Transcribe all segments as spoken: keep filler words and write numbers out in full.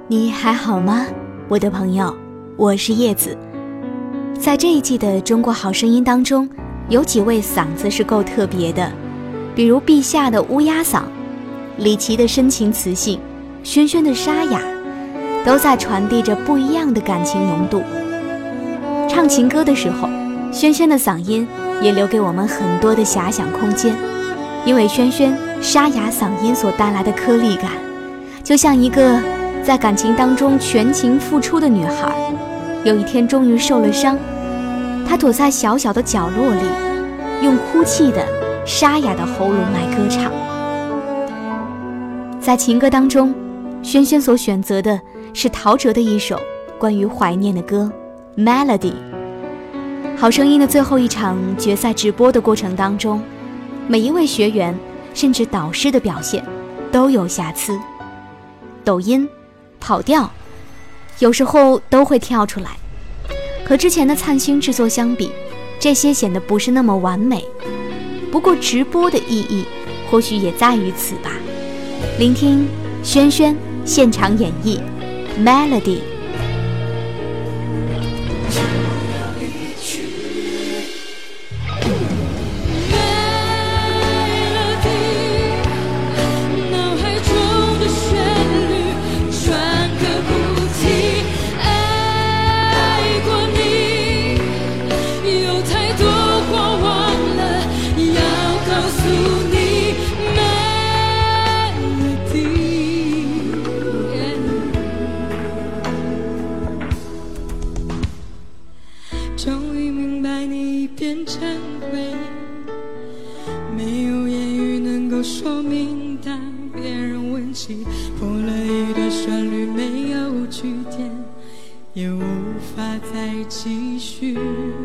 你还好吗，我的朋友？我是叶子。在这一季的中国好声音当中，有几位嗓子是够特别的，比如陛下的乌鸦嗓，李琦的深情磁性，轩轩的沙哑，都在传递着不一样的感情浓度。唱情歌的时候，轩轩的嗓音也留给我们很多的遐想空间，因为轩轩沙哑嗓音所带来的颗粒感，就像一个在感情当中全情付出的女孩，有一天终于受了伤，她躲在小小的角落里，用哭泣的沙哑的喉咙来歌唱。在情歌当中，轩轩所选择的是陶喆的一首关于怀念的歌 Melody。 好声音的最后一场决赛直播的过程当中，每一位学员甚至导师的表现都有瑕疵，抖音跑调有时候都会跳出来，和之前的灿星制作相比，这些显得不是那么完美。不过直播的意义或许也在于此吧。聆听轩轩现场演绎 Melody。 说明当别人问起，破了一段旋律，没有句点，也无法再继续。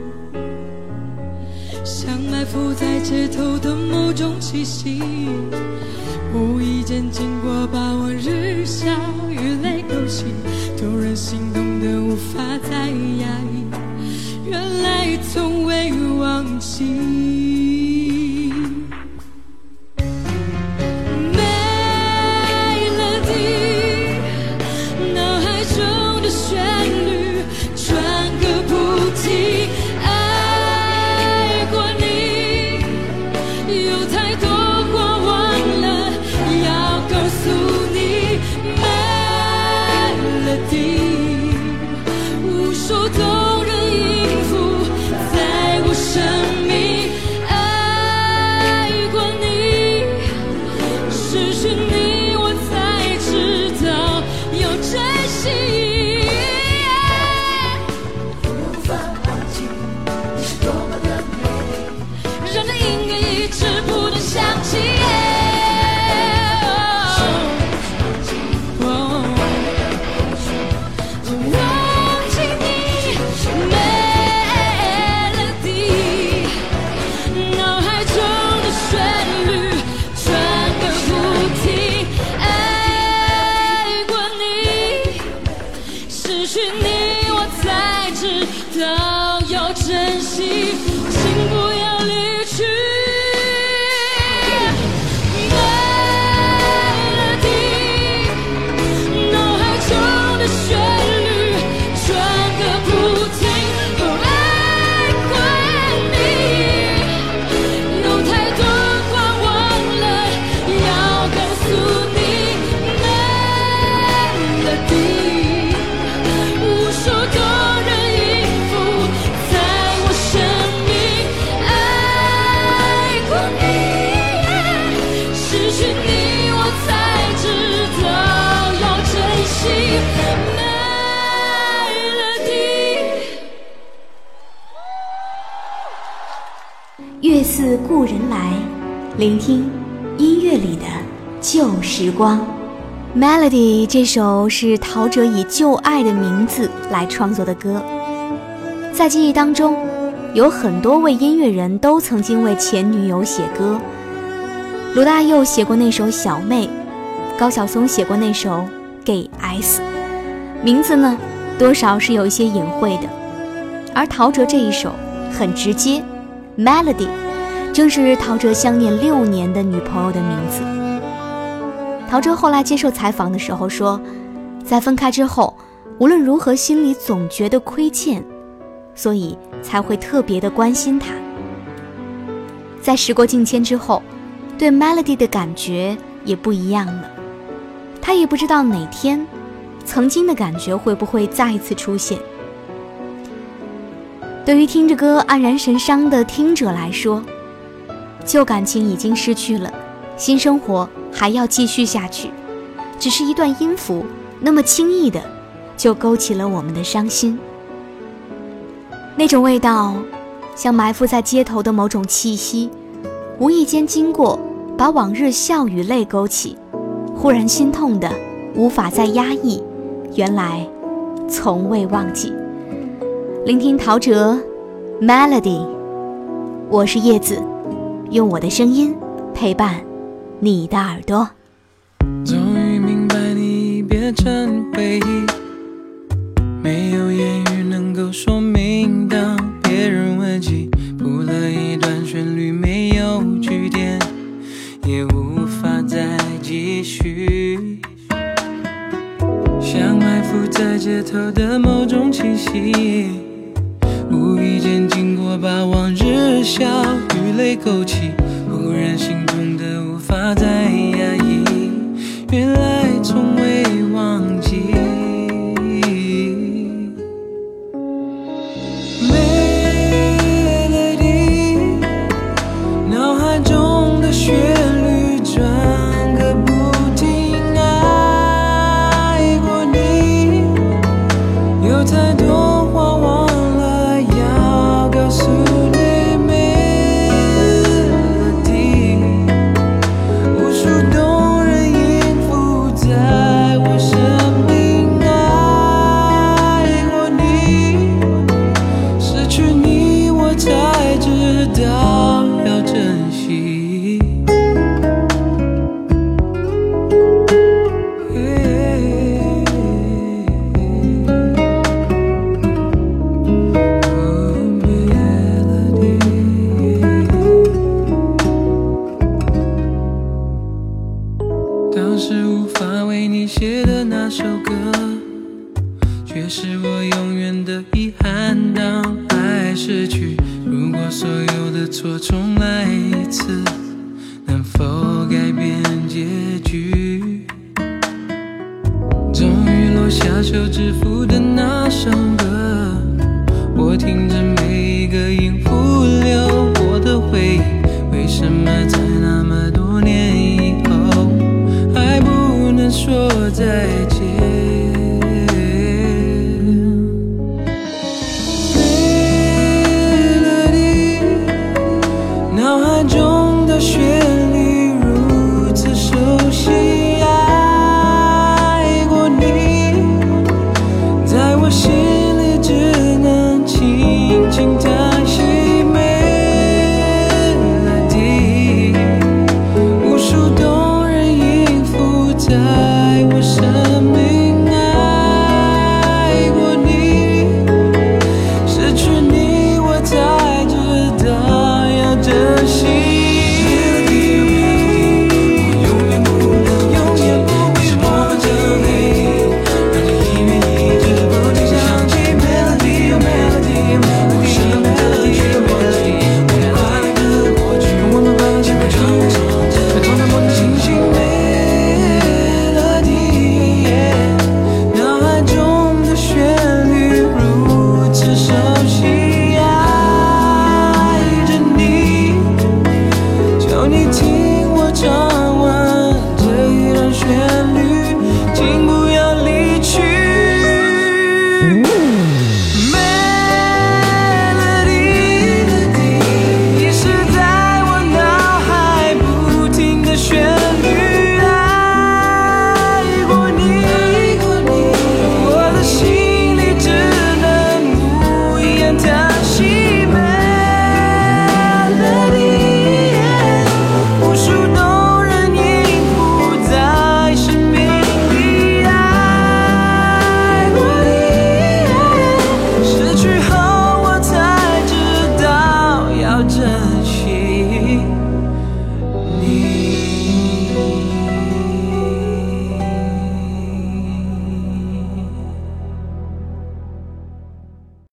像埋伏在街头的某种气息，无意间经过，把往日笑与泪勾起，突然心动的无法再压抑，原来从未忘记。 月似故人来，聆听音乐里的旧时光。 Melody 这首是陶喆以旧爱的名字来创作的歌，在记忆当中有很多位音乐人都曾经为前女友写歌，罗大佑写过那首小妹，高晓松写过那首给 S， 名字呢多少是有一些隐晦的，而陶喆这一首很直接， Melody 正是陶喆相恋六年的女朋友的名字。陶喆后来接受采访的时候说， 在分开之后，无论如何心里总觉得亏欠，所以才会特别的关心他。在时过境迁之后，对 Melody 的感觉也不一样了。他也不知道哪天曾经的感觉会不会再一次出现。对于听着歌黯然神伤的听者来说，旧感情已经失去了，新生活还要继续下去，只是一段音符那么轻易的就勾起了我们的伤心。那种味道像埋伏在街头的某种气息，无意间经过，把往日笑与泪勾起，忽然心痛的无法再压抑，原来从未忘记。聆听陶喆 Melody， 我是叶子，用我的声音陪伴你的耳朵。 终于明白你变成回忆，没有言语能够说明。当别人问起，谱了一段旋律，没有句点，也无法再继续。像埋伏在街头的某种气息，无意间经过，把往日笑与泪勾起，忽然心痛的无法再压抑，原来从未忘记。Melody， 脑海中的旋律转个不停，爱过你，有太多话忘了要告诉你。Melody， 无数动人音符在我生命，爱过你，失去你我才知道要珍惜。当时无法为你写的那首歌，却是我永远的遗憾。当爱逝去，如果所有的错重来一次，能否改变结局？终于落下手指符的那首歌，我听着没